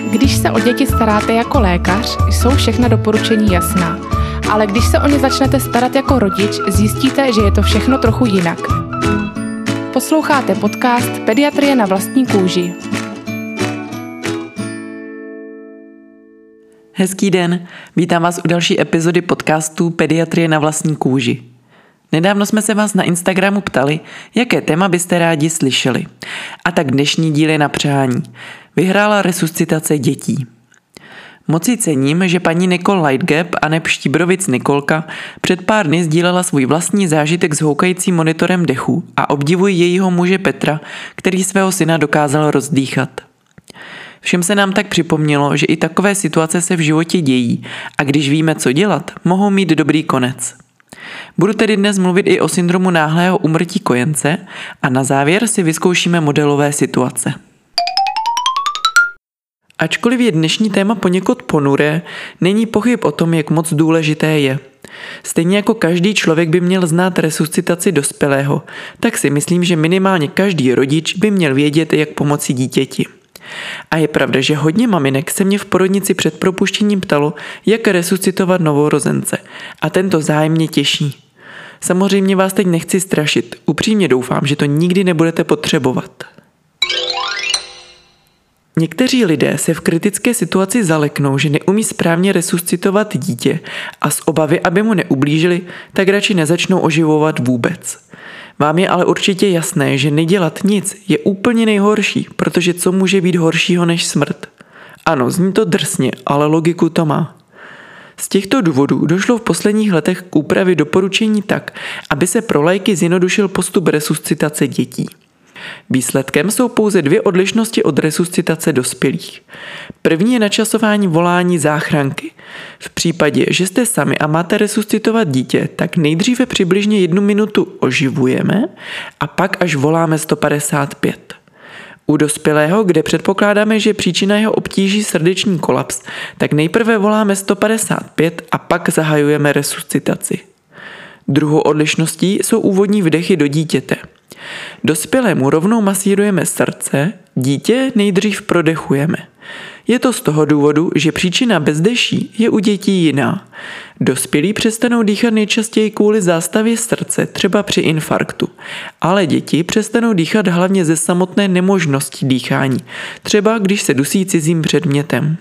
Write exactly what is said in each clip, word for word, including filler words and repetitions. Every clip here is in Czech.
Když se o děti staráte jako lékař, jsou všechna doporučení jasná. Ale když se o ně začnete starat jako rodič, zjistíte, že je to všechno trochu jinak. Posloucháte podcast Pediatrie na vlastní kůži. Hezký den, vítám vás u další epizody podcastu Pediatrie na vlastní kůži. Nedávno jsme se vás na Instagramu ptali, jaké téma byste rádi slyšeli. A tak dnešní díl je na přání. Vyhrála resuscitace dětí. Moc si cením, že paní Nicole Lightgap a neb Štíbrovic Nikolka před pár dny sdílela svůj vlastní zážitek s houkajícím monitorem dechu a obdivuji jejího muže Petra, který svého syna dokázal rozdýchat. Všem se nám tak připomnělo, že i takové situace se v životě dějí a když víme, co dělat, mohou mít dobrý konec. Budu tedy dnes mluvit i o syndromu náhlého úmrtí kojence a na závěr si vyzkoušíme modelové situace. Ačkoliv je dnešní téma poněkud ponuré, není pochyb o tom, jak moc důležité je. Stejně jako každý člověk by měl znát resuscitaci dospělého, tak si myslím, že minimálně každý rodič by měl vědět, jak pomoci dítěti. A je pravda, že hodně maminek se mě v porodnici před propuštěním ptalo, jak resuscitovat novorozence. A tento zájem mě těší. Samozřejmě vás teď nechci strašit. Upřímně doufám, že to nikdy nebudete potřebovat. Někteří lidé se v kritické situaci zaleknou, že neumí správně resuscitovat dítě a z obavy, aby mu neublížili, tak radši nezačnou oživovat vůbec. Vám je ale určitě jasné, že nedělat nic je úplně nejhorší, protože co může být horšího než smrt? Ano, zní to drsně, ale logiku to má. Z těchto důvodů došlo v posledních letech k úpravě doporučení tak, aby se pro laiky zjednodušil postup resuscitace dětí. Výsledkem jsou pouze dvě odlišnosti od resuscitace dospělých. První je načasování volání záchranky. V případě, že jste sami a máte resuscitovat dítě, tak nejdříve přibližně jednu minutu oživujeme a pak až voláme sto padesát pět. U dospělého, kde předpokládáme, že příčina jeho obtíží srdeční kolaps, tak nejprve voláme sto padesát pět a pak zahajujeme resuscitaci. Druhou odlišností jsou úvodní vdechy do dítěte. Dospělému rovnou masírujeme srdce, dítě nejdřív prodechujeme. Je to z toho důvodu, že příčina bezdeší je u dětí jiná. Dospělí přestanou dýchat nejčastěji kvůli zástavě srdce, třeba při infarktu, ale děti přestanou dýchat hlavně ze samotné nemožnosti dýchání, třeba když se dusí cizím předmětem.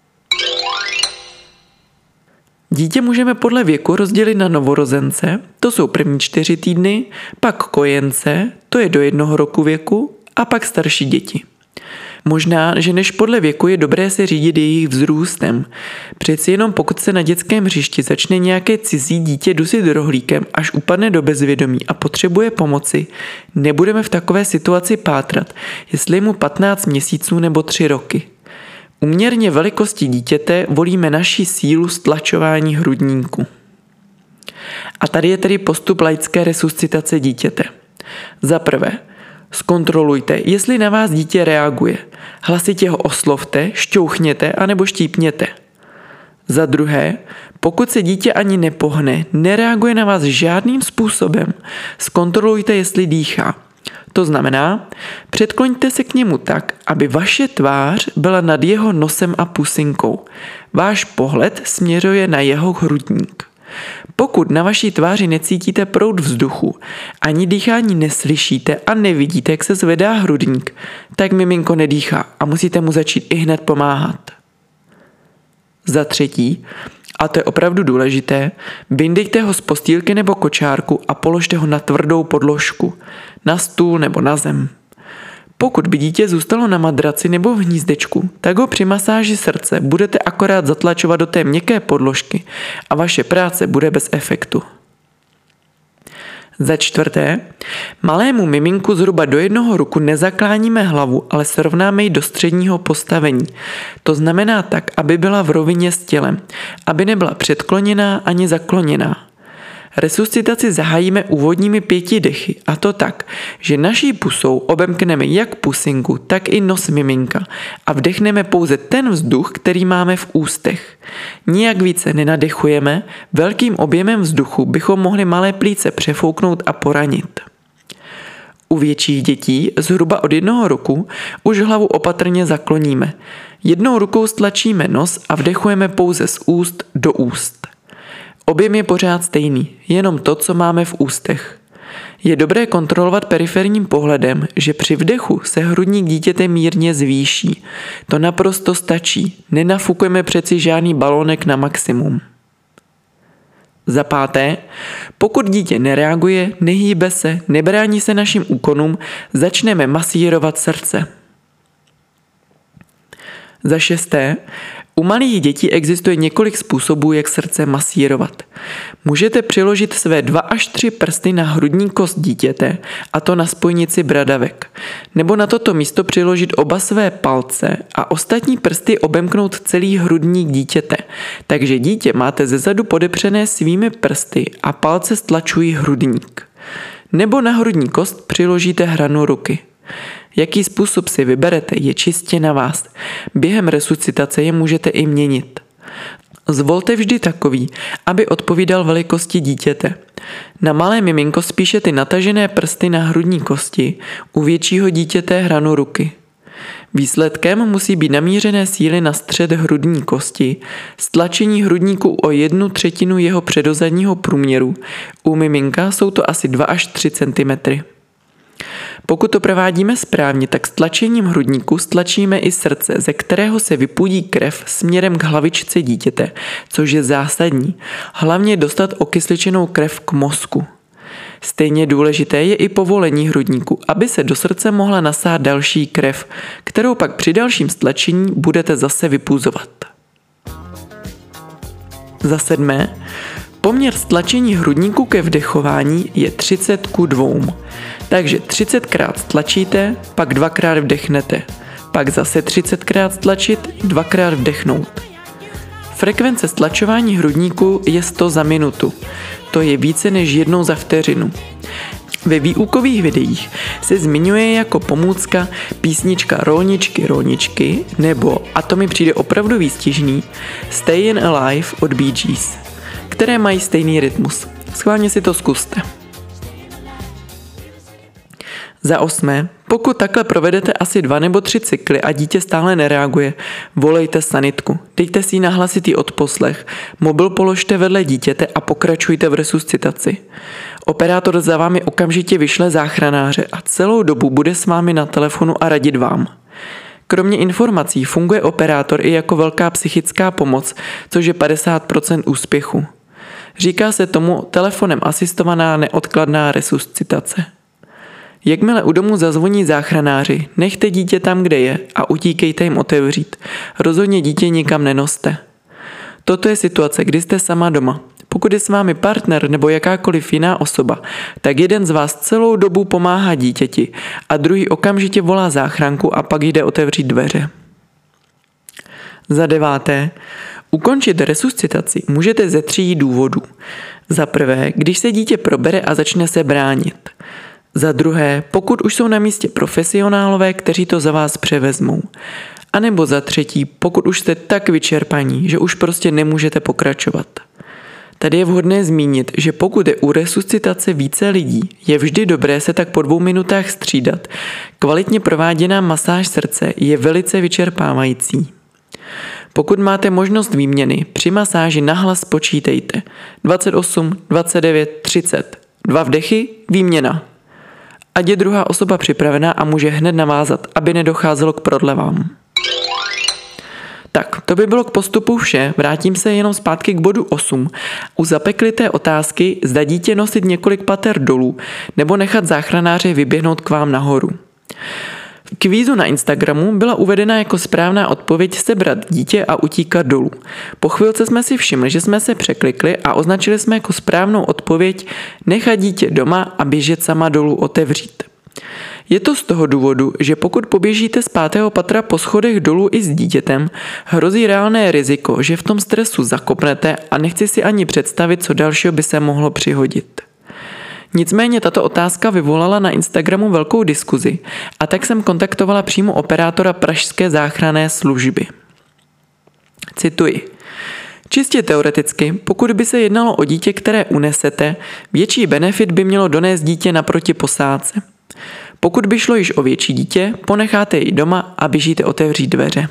Dítě můžeme podle věku rozdělit na novorozence, to jsou první čtyři týdny, pak kojence, to je do jednoho roku věku, a pak starší děti. Možná, že než podle věku je dobré se řídit jejich vzrůstem. Přeci jenom pokud se na dětském hřišti začne nějaké cizí dítě dusit rohlíkem, až upadne do bezvědomí a potřebuje pomoci, nebudeme v takové situaci pátrat, jestli je mu patnáct měsíců nebo tři roky. Uměrně velikosti dítěte volíme naši sílu stlačování hrudníku. A tady je tedy postup laické resuscitace dítěte. Za prvé, zkontrolujte, jestli na vás dítě reaguje. Hlasitě ho oslovte, šťouchněte anebo štípněte. Za druhé, pokud se dítě ani nepohne, nereaguje na vás žádným způsobem, zkontrolujte, jestli dýchá. To znamená, předkloňte se k němu tak, aby vaše tvář byla nad jeho nosem a pusinkou. Váš pohled směřuje na jeho hrudník. Pokud na vaší tváři necítíte proud vzduchu, ani dýchání neslyšíte a nevidíte, jak se zvedá hrudník, tak miminko nedýchá a musíte mu začít ihned pomáhat. Za třetí, a to je opravdu důležité, vyndejte ho z postýlky nebo kočárku a položte ho na tvrdou podložku, na stůl nebo na zem. Pokud by dítě zůstalo na madraci nebo v hnízdečku, tak ho při masáži srdce budete akorát zatlačovat do té měkké podložky a vaše práce bude bez efektu. Za čtvrté, malému miminku zhruba do jednoho roku nezakláníme hlavu, ale srovnáme ji do středního postavení. To znamená tak, aby byla v rovině s tělem, aby nebyla předkloněná ani zakloněná. Resuscitaci zahájíme úvodními pěti dechy, a to tak, že naší pusou obemkneme jak pusinku, tak i nos miminka a vdechneme pouze ten vzduch, který máme v ústech. Nijak více nenadechujeme, velkým objemem vzduchu bychom mohli malé plíce přefouknout a poranit. U větších dětí, zhruba od jednoho roku, už hlavu opatrně zakloníme. Jednou rukou stlačíme nos a vdechujeme pouze z úst do úst. Objem je pořád stejný, jenom to, co máme v ústech. Je dobré kontrolovat periferním pohledem, že při vdechu se hrudník dítěte mírně zvýší. To naprosto stačí, nenafukujeme přeci žádný balónek na maximum. Za páté, pokud dítě nereaguje, nehýbe se, nebrání se našim úkonům, začneme masírovat srdce. Za šesté, u malých dětí existuje několik způsobů, jak srdce masírovat. Můžete přiložit své dva až tři prsty na hrudní kost dítěte, a to na spojnici bradavek. Nebo na toto místo přiložit oba své palce a ostatní prsty obemknout celý hrudník dítěte. Takže dítě máte zezadu podepřené svými prsty a palce stlačují hrudník. Nebo na hrudní kost přiložíte hranu ruky. Jaký způsob si vyberete, je čistě na vás. Během resuscitace je můžete i měnit. Zvolte vždy takový, aby odpovídal velikosti dítěte. Na malé miminko spíše ty natažené prsty na hrudní kosti, u většího dítěte hranu ruky. Výsledkem musí být namířené síly na střed hrudní kosti, stlačení hrudníku o jednu třetinu jeho předozadního průměru. U miminka jsou to asi dva až tři centimetry. Pokud to provádíme správně, tak stlačením hrudníku stlačíme i srdce, ze kterého se vypudí krev směrem k hlavičce dítěte, což je zásadní. Hlavně dostat okysličenou krev k mozku. Stejně důležité je i povolení hrudníku, aby se do srdce mohla nasát další krev, kterou pak při dalším stlačení budete zase vypuzovat. Za sedmé, poměr stlačení hrudníku ke vdechování je třicet ku dvěma. Takže třicetkrát stlačíte, pak dvakrát vdechnete. Pak zase třicetkrát stlačit, dvakrát vdechnout. Frekvence stlačování hrudníku je sto za minutu. To je více než jednou za vteřinu. Ve výukových videích se zmiňuje jako pomůcka písnička Rolničky, rolničky nebo, a to mi přijde opravdu výstižný, Stayin' Alive od Bee Gees, které mají stejný rytmus. Schválně si to zkuste. Za osmé, pokud takhle provedete asi dva nebo tři cykly a dítě stále nereaguje, volejte sanitku, dejte si ji na hlasitý odposlech, mobil položte vedle dítěte a pokračujte v resuscitaci. Operátor za vámi okamžitě vyšle záchranáře a celou dobu bude s vámi na telefonu a radit vám. Kromě informací funguje operátor i jako velká psychická pomoc, což je padesát procent úspěchu. Říká se tomu telefonem asistovaná neodkladná resuscitace. Jakmile u domu zazvoní záchranáři, nechte dítě tam, kde je a utíkejte jim otevřít. Rozhodně dítě nikam nenoste. Toto je situace, kdy jste sama doma. Pokud je s vámi partner nebo jakákoliv jiná osoba, tak jeden z vás celou dobu pomáhá dítěti a druhý okamžitě volá záchranku a pak jde otevřít dveře. Za deváté, ukončit resuscitaci můžete ze tří důvodů. Za prvé, když se dítě probere a začne se bránit. Za druhé, pokud už jsou na místě profesionálové, kteří to za vás převezmou. A nebo za třetí, pokud už jste tak vyčerpaní, že už prostě nemůžete pokračovat. Tady je vhodné zmínit, že pokud je u resuscitace více lidí, je vždy dobré se tak po dvou minutách střídat. Kvalitně prováděná masáž srdce je velice vyčerpávající. Pokud máte možnost výměny, při masáži nahlas počítejte dvacet osm, dvacet devět, třicet. Dva vdechy, výměna. Ať je druhá osoba připravená a může hned navázat, aby nedocházelo k prodlevám. Tak, to by bylo k postupu vše, vrátím se jenom zpátky k bodu osm. U zapeklité otázky, zda dítě nosit několik pater dolů, nebo nechat záchranáře vyběhnout k vám nahoru. V kvízu na Instagramu byla uvedena jako správná odpověď sebrat dítě a utíkat dolů. Po chvilce jsme si všimli, že jsme se překlikli a označili jsme jako správnou odpověď nechat dítě doma a běžet sama dolů otevřít. Je to z toho důvodu, že pokud poběžíte z pátého patra po schodech dolů i s dítětem, hrozí reálné riziko, že v tom stresu zakopnete a nechci si ani představit, co dalšího by se mohlo přihodit. Nicméně tato otázka vyvolala na Instagramu velkou diskuzi a tak jsem kontaktovala přímo operátora pražské záchranné služby. Cituji. Čistě teoreticky, pokud by se jednalo o dítě, které unesete, větší benefit by mělo donést dítě naproti posádce. Pokud by šlo již o větší dítě, ponecháte jej doma a běžíte otevřít dveře.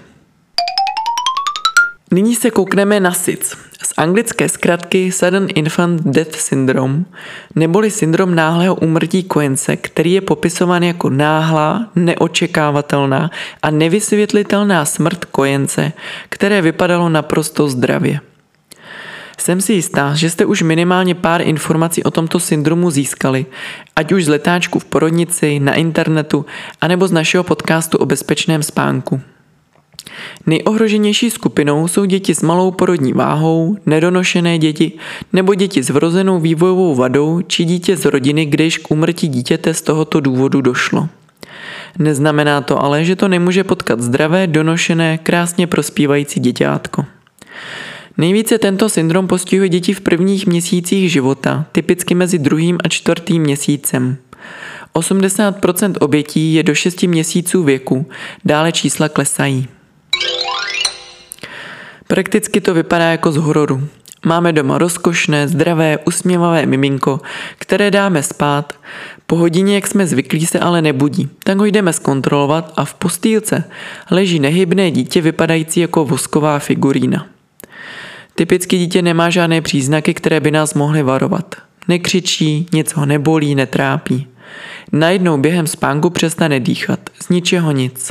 Nyní se koukneme na S I D S, z anglické zkratky Sudden Infant Death Syndrome, neboli syndrom náhlého úmrtí kojence, který je popisován jako náhlá, neočekávatelná a nevysvětlitelná smrt kojence, které vypadalo naprosto zdravě. Jsem si jistá, že jste už minimálně pár informací o tomto syndromu získali, ať už z letáčku v porodnici, na internetu, anebo z našeho podcastu o bezpečném spánku. Nejohroženější skupinou jsou děti s malou porodní váhou, nedonošené děti nebo děti s vrozenou vývojovou vadou či dítě z rodiny, kde již k úmrtí dítěte z tohoto důvodu došlo. Neznamená to ale, že to nemůže potkat zdravé, donošené, krásně prospívající děťátko. Nejvíce tento syndrom postihuje děti v prvních měsících života, typicky mezi druhým a čtvrtým měsícem. osmdesát procent obětí je do šesti měsíců věku, dále čísla klesají. Prakticky to vypadá jako z hororu. Máme doma rozkošné, zdravé, usměvavé miminko, které dáme spát. Po hodině, jak jsme zvyklí, se ale nebudí, tak ho jdeme zkontrolovat a v postýlce leží nehybné dítě vypadající jako vosková figurína. Typicky dítě nemá žádné příznaky, které by nás mohly varovat. Nekřičí, nic ho nebolí, netrápí. Najednou během spánku přestane dýchat, z ničeho nic.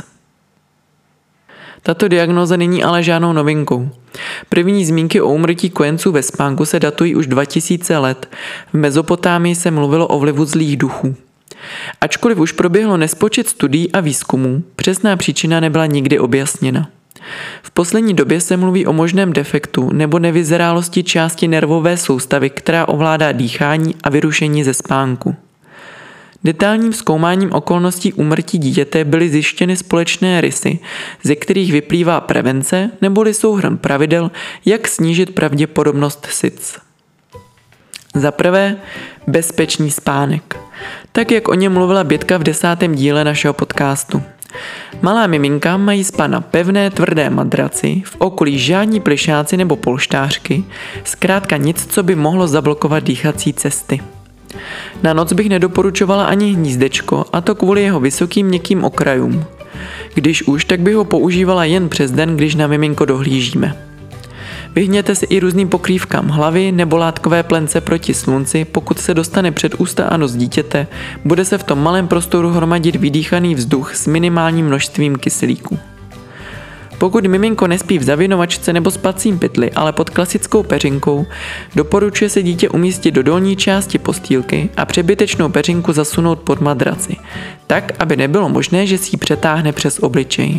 Tato diagnóza není ale žádnou novinkou. První zmínky o úmrtí kojenců ve spánku se datují už dva tisíce let. V Mezopotámii se mluvilo o vlivu zlých duchů. Ačkoliv už proběhlo nespočet studií a výzkumů, přesná příčina nebyla nikdy objasněna. V poslední době se mluví o možném defektu nebo nevyzrálosti části nervové soustavy, která ovládá dýchání a vyrušení ze spánku. Detailním zkoumáním okolností úmrtí dítěte byly zjištěny společné rysy, ze kterých vyplývá prevence neboli souhrn pravidel, jak snížit pravděpodobnost S I D S. Za prvé, bezpečný spánek. Tak, jak o něm mluvila Bětka v desátém díle našeho podcastu. Malá miminka mají spát na pevné, tvrdé madraci, v okolí žádní plišáci nebo polštářky, zkrátka nic, co by mohlo zablokovat dýchací cesty. Na noc bych nedoporučovala ani hnízdečko, a to kvůli jeho vysokým měkkým okrajům. Když už, tak bych ho používala jen přes den, když na miminko dohlížíme. Vyhněte si i různým pokrývkám hlavy nebo látkové plence proti slunci, pokud se dostane před ústa a nos dítěte, bude se v tom malém prostoru hromadit vydýchaný vzduch s minimálním množstvím kyslíku. Pokud miminko nespí v zavinovačce nebo spacím pytli, ale pod klasickou peřinkou, doporučuje se dítě umístit do dolní části postýlky a přebytečnou peřinku zasunout pod madraci, tak, aby nebylo možné, že si ji přetáhne přes obličej.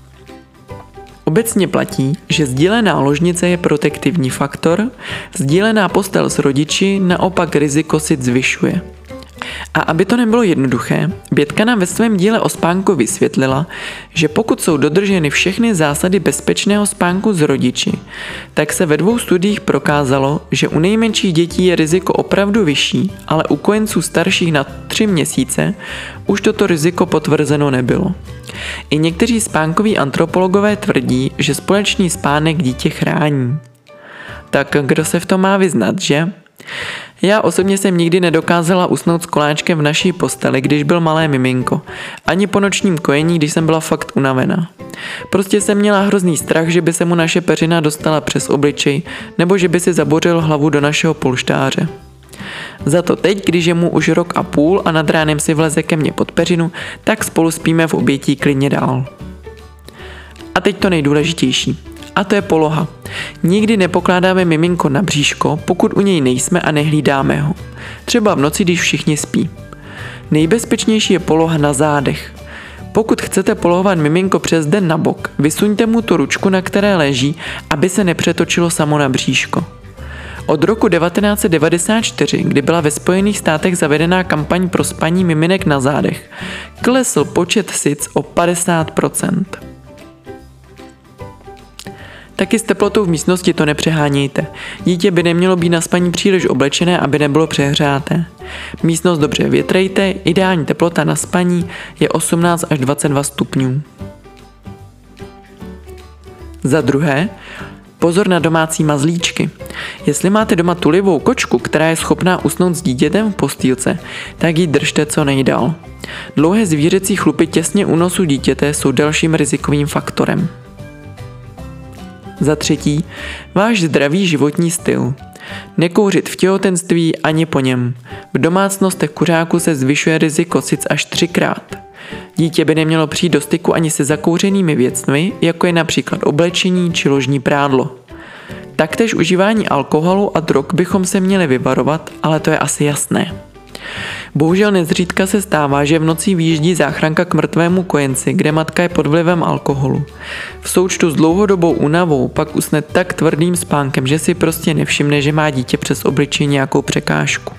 Obecně platí, že sdílená ložnice je protektivní faktor, sdílená postel s rodiči naopak riziko S I D S zvyšuje. A aby to nebylo jednoduché, Bětka nám ve svém díle o spánku vysvětlila, že pokud jsou dodrženy všechny zásady bezpečného spánku s rodiči, tak se ve dvou studiích prokázalo, že u nejmenších dětí je riziko opravdu vyšší, ale u kojenců starších na tři měsíce už toto riziko potvrzeno nebylo. I někteří spánkoví antropologové tvrdí, že společný spánek dítě chrání. Tak kdo se v tom má vyznat, že? Já osobně jsem nikdy nedokázala usnout s koláčkem v naší posteli, když byl malé miminko. Ani po nočním kojení, když jsem byla fakt unavená. Prostě jsem měla hrozný strach, že by se mu naše peřina dostala přes obličej, nebo že by si zabořil hlavu do našeho polštáře. Za to teď, když je mu už rok a půl a nad ránem si vleze ke mně pod peřinu, tak spolu spíme v obětí klidně dál. A teď to nejdůležitější. A to je poloha. Nikdy nepokládáme miminko na bříško, pokud u něj nejsme a nehlídáme ho. Třeba v noci, když všichni spí. Nejbezpečnější je poloha na zádech. Pokud chcete polohovat miminko přes den na bok, vysuňte mu tu ručku, na které leží, aby se nepřetočilo samo na bříško. Od roku devatenáct set devadesát čtyři, kdy byla ve Spojených státech zavedená kampaň pro spaní miminek na zádech, klesl počet S I D S o padesát procent. Taky s teplotou v místnosti to nepřehánějte. Dítě by nemělo být na spaní příliš oblečené, aby nebylo přehřáté. Místnost dobře větrejte, ideální teplota na spaní je osmnáct až dvacet dva stupňů. Za druhé, pozor na domácí mazlíčky. Jestli máte doma tulivou kočku, která je schopná usnout s dítětem v postýlce, tak ji držte co nejdál. Dlouhé zvířecí chlupy těsně u nosu dítěte jsou dalším rizikovým faktorem. Za třetí, váš zdravý životní styl. Nekouřit v těhotenství ani po něm. V domácnostech kuřáků se zvyšuje riziko sice až třikrát. Dítě by nemělo přijít do styku ani se zakouřenými věcmi, jako je například oblečení či ložní prádlo. Taktéž užívání alkoholu a drog bychom se měli vyvarovat, ale to je asi jasné. Bohužel nezřídka se stává, že v noci vyjíždí záchranka k mrtvému kojenci, kde matka je pod vlivem alkoholu. V součtu s dlouhodobou únavou pak usne tak tvrdým spánkem, že si prostě nevšimne, že má dítě přes obličej nějakou překážku.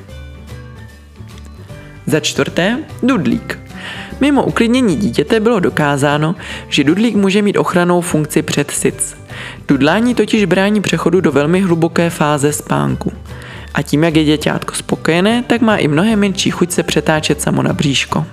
Za čtvrté, dudlík. Mimo uklidnění dítěte bylo dokázáno, že dudlík může mít ochrannou funkci před sic. Dudlání totiž brání přechodu do velmi hluboké fáze spánku. A tím, jak je děťátko spokojené, tak má i mnohem menší chuť se přetáčet samo na bříško.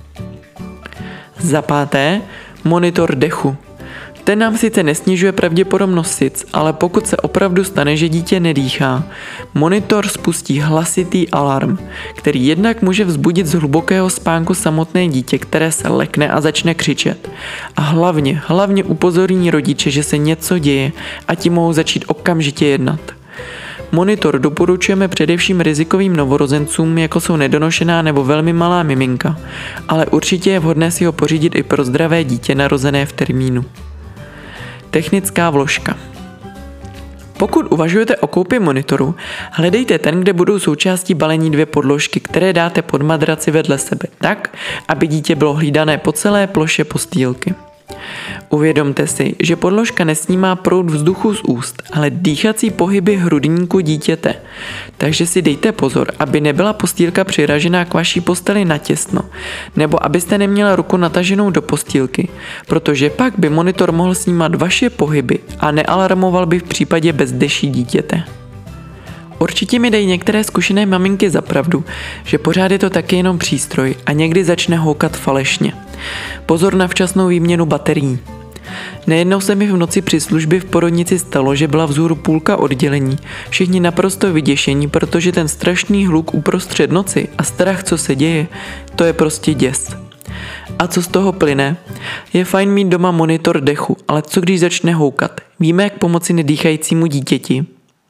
Za páté, monitor dechu. Ten nám sice nesnižuje pravděpodobnost sic, ale pokud se opravdu stane, že dítě nedýchá, monitor spustí hlasitý alarm, který jednak může vzbudit z hlubokého spánku samotné dítě, které se lekne a začne křičet. A hlavně, hlavně upozorní rodiče, že se něco děje a ti mohou začít okamžitě jednat. Monitor doporučujeme především rizikovým novorozencům, jako jsou nedonošená nebo velmi malá miminka, ale určitě je vhodné si ho pořídit i pro zdravé dítě narozené v termínu. Technická vložka. Pokud uvažujete o koupi monitoru, hledejte ten, kde budou součástí balení dvě podložky, které dáte pod madraci vedle sebe tak, aby dítě bylo hlídané po celé ploše postýlky. Uvědomte si, že podložka nesnímá proud vzduchu z úst, ale dýchací pohyby hrudníku dítěte. Takže si dejte pozor, aby nebyla postýlka přiražená k vaší posteli natěsno, nebo abyste neměla ruku nataženou do postýlky, protože pak by monitor mohl snímat vaše pohyby a nealarmoval by v případě bezdeší dítěte. Určitě mi dají některé zkušené maminky za pravdu, že pořád je to taky jenom přístroj a někdy začne houkat falešně. Pozor na včasnou výměnu baterií. Nejednou se mi v noci při službě v porodnici stalo, že byla vzhůru půlka oddělení, všichni naprosto vyděšení, protože ten strašný hluk uprostřed noci a strach, co se děje, to je prostě děs. A co z toho plyne? Je fajn mít doma monitor dechu, ale co když začne houkat? Víme, jak pomoci nedýchajícímu dítěti?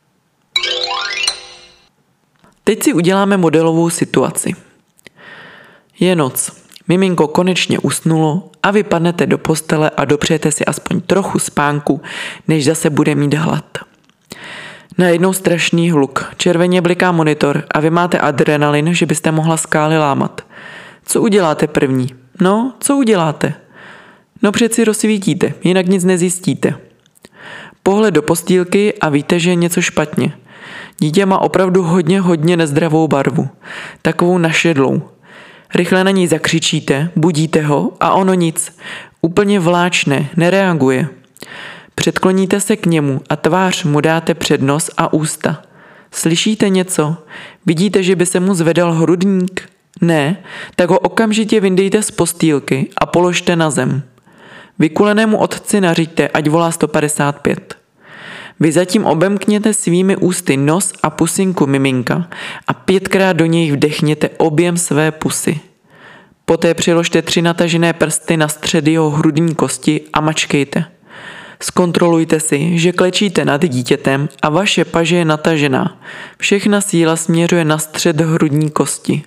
Teď si uděláme modelovou situaci. Je noc. Miminko konečně usnulo a vy padnete do postele a dopřejete si aspoň trochu spánku, než zase bude mít hlad. Najednou strašný hluk, červeně bliká monitor a vy máte adrenalin, že byste mohla skály lámat. Co uděláte první? No, co uděláte? No přeci rozsvítíte, jinak nic nezjistíte. Pohled do postýlky a víte, že je něco špatně. Dítě má opravdu hodně, hodně nezdravou barvu. Takovou našedlou. Rychle na ní zakřičíte, budíte ho a ono nic. Úplně vláčné, nereaguje. Předkloníte se k němu a tvář mu dáte před nos a ústa. Slyšíte něco? Vidíte, že by se mu zvedal hrudník? Ne? Tak ho okamžitě vyndejte z postýlky a položte na zem. Vykulenému otci nařiďte, ať volá sto padesát pět. Vy zatím obemkněte svými ústy nos a pusinku miminka a pětkrát do něj vdechněte objem své pusy. Poté přiložte tři natažené prsty na střed jeho hrudní kosti a mačkejte. Zkontrolujte si, že klečíte nad dítětem a vaše paže je natažená. Všechna síla směřuje na střed hrudní kosti.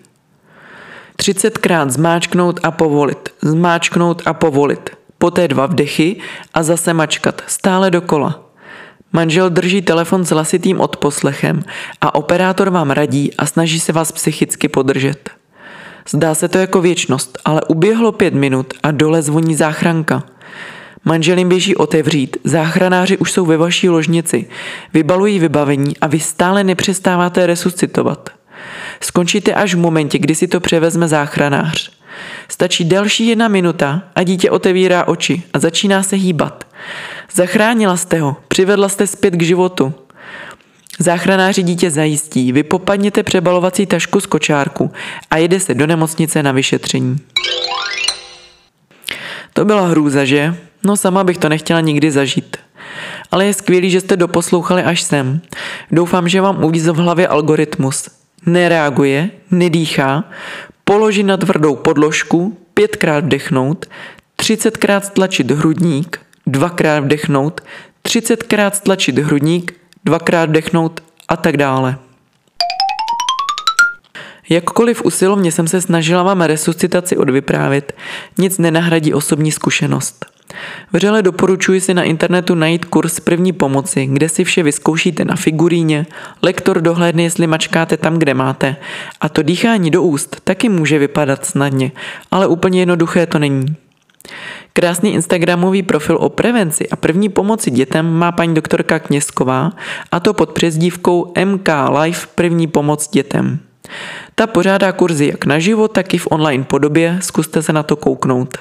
třicetkrát zmáčknout a povolit, zmáčknout a povolit. Poté dva vdechy a zase mačkat, stále dokola. Manžel drží telefon s hlasitým odposlechem a operátor vám radí a snaží se vás psychicky podržet. Zdá se to jako věčnost, ale uběhlo pět minut a dole zvoní záchranka. Manžel jim běží otevřít, záchranáři už jsou ve vaší ložnici, vybalují vybavení a vy stále nepřestáváte resuscitovat. Skončíte až v momentě, kdy si to převezme záchranář. Stačí další jedna minuta a dítě otevírá oči a začíná se hýbat. Zachránila jste ho, přivedla jste zpět k životu. Záchranáři dítě zajistí, vy popadněte přebalovací tašku z kočárku a jede se do nemocnice na vyšetření. To byla hrůza, že? No sama bych to nechtěla nikdy zažít. ale je skvělý, že jste doposlouchali až sem. Doufám, že vám uvízl v hlavě algoritmus. Nereaguje, nedýchá, položit na tvrdou podložku, pětkrát vdechnout, třicetkrát stlačit hrudník, dvakrát vdechnout, třicetkrát stlačit hrudník, dvakrát vdechnout a tak dále. Jakkoliv usilovně jsem se snažila vám resuscitaci odvyprávět, nic nenahradí osobní zkušenost. Vřele doporučuji si na internetu najít kurz první pomoci, kde si vše vyzkoušíte na figuríně, lektor dohlédne, jestli mačkáte tam, kde máte, a to dýchání do úst taky může vypadat snadně, ale úplně jednoduché to není. Krásný instagramový profil o prevenci a první pomoci dětem má paní doktorka Knězková, a to pod přezdívkou M K Live první pomoc dětem. Ta pořádá kurzy jak naživo, tak i v online podobě, zkuste se na to kouknout.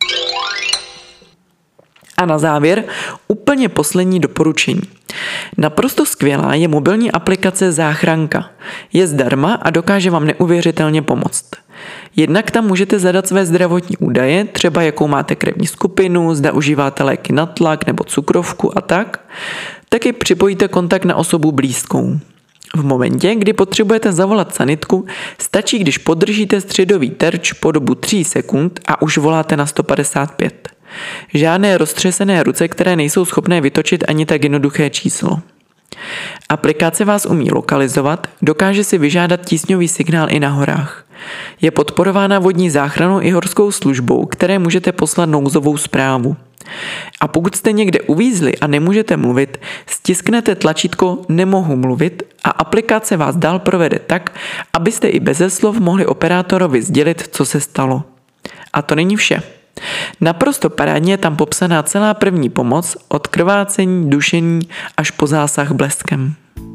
A na závěr úplně poslední doporučení. Naprosto skvělá je mobilní aplikace Záchranka. Je zdarma a dokáže vám neuvěřitelně pomoct. Jednak tam můžete zadat své zdravotní údaje, třeba jakou máte krevní skupinu, zda užíváte léky na tlak nebo cukrovku a tak. Taky připojíte kontakt na osobu blízkou. V momentě, kdy potřebujete zavolat sanitku, stačí, když podržíte středový terč po dobu tří sekund a už voláte na sto padesát pět. Žádné roztřesené ruce, které nejsou schopné vytočit ani tak jednoduché číslo. Aplikace vás umí lokalizovat, dokáže si vyžádat tísňový signál i na horách. Je podporována vodní záchranou i horskou službou, které můžete poslat nouzovou zprávu. A pokud jste někde uvízli a nemůžete mluvit, stisknete tlačítko Nemohu mluvit a aplikace vás dál provede tak, abyste i beze slov mohli operátorovi sdělit, co se stalo. A to není vše. Naprosto parádně je tam popsaná celá první pomoc od krvácení, dušení až po zásah bleskem.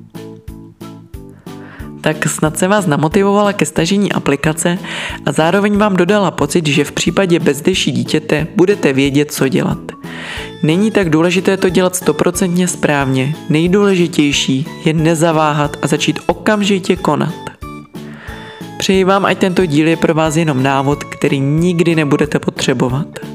Tak snad se vás namotivovala ke stažení aplikace a zároveň vám dodala pocit, že v případě bezdeší dítěte budete vědět, co dělat. Není tak důležité to dělat stoprocentně správně, nejdůležitější je nezaváhat a začít okamžitě konat. Přeji vám, ať tento díl je pro vás jenom návod, který nikdy nebudete potřebovat.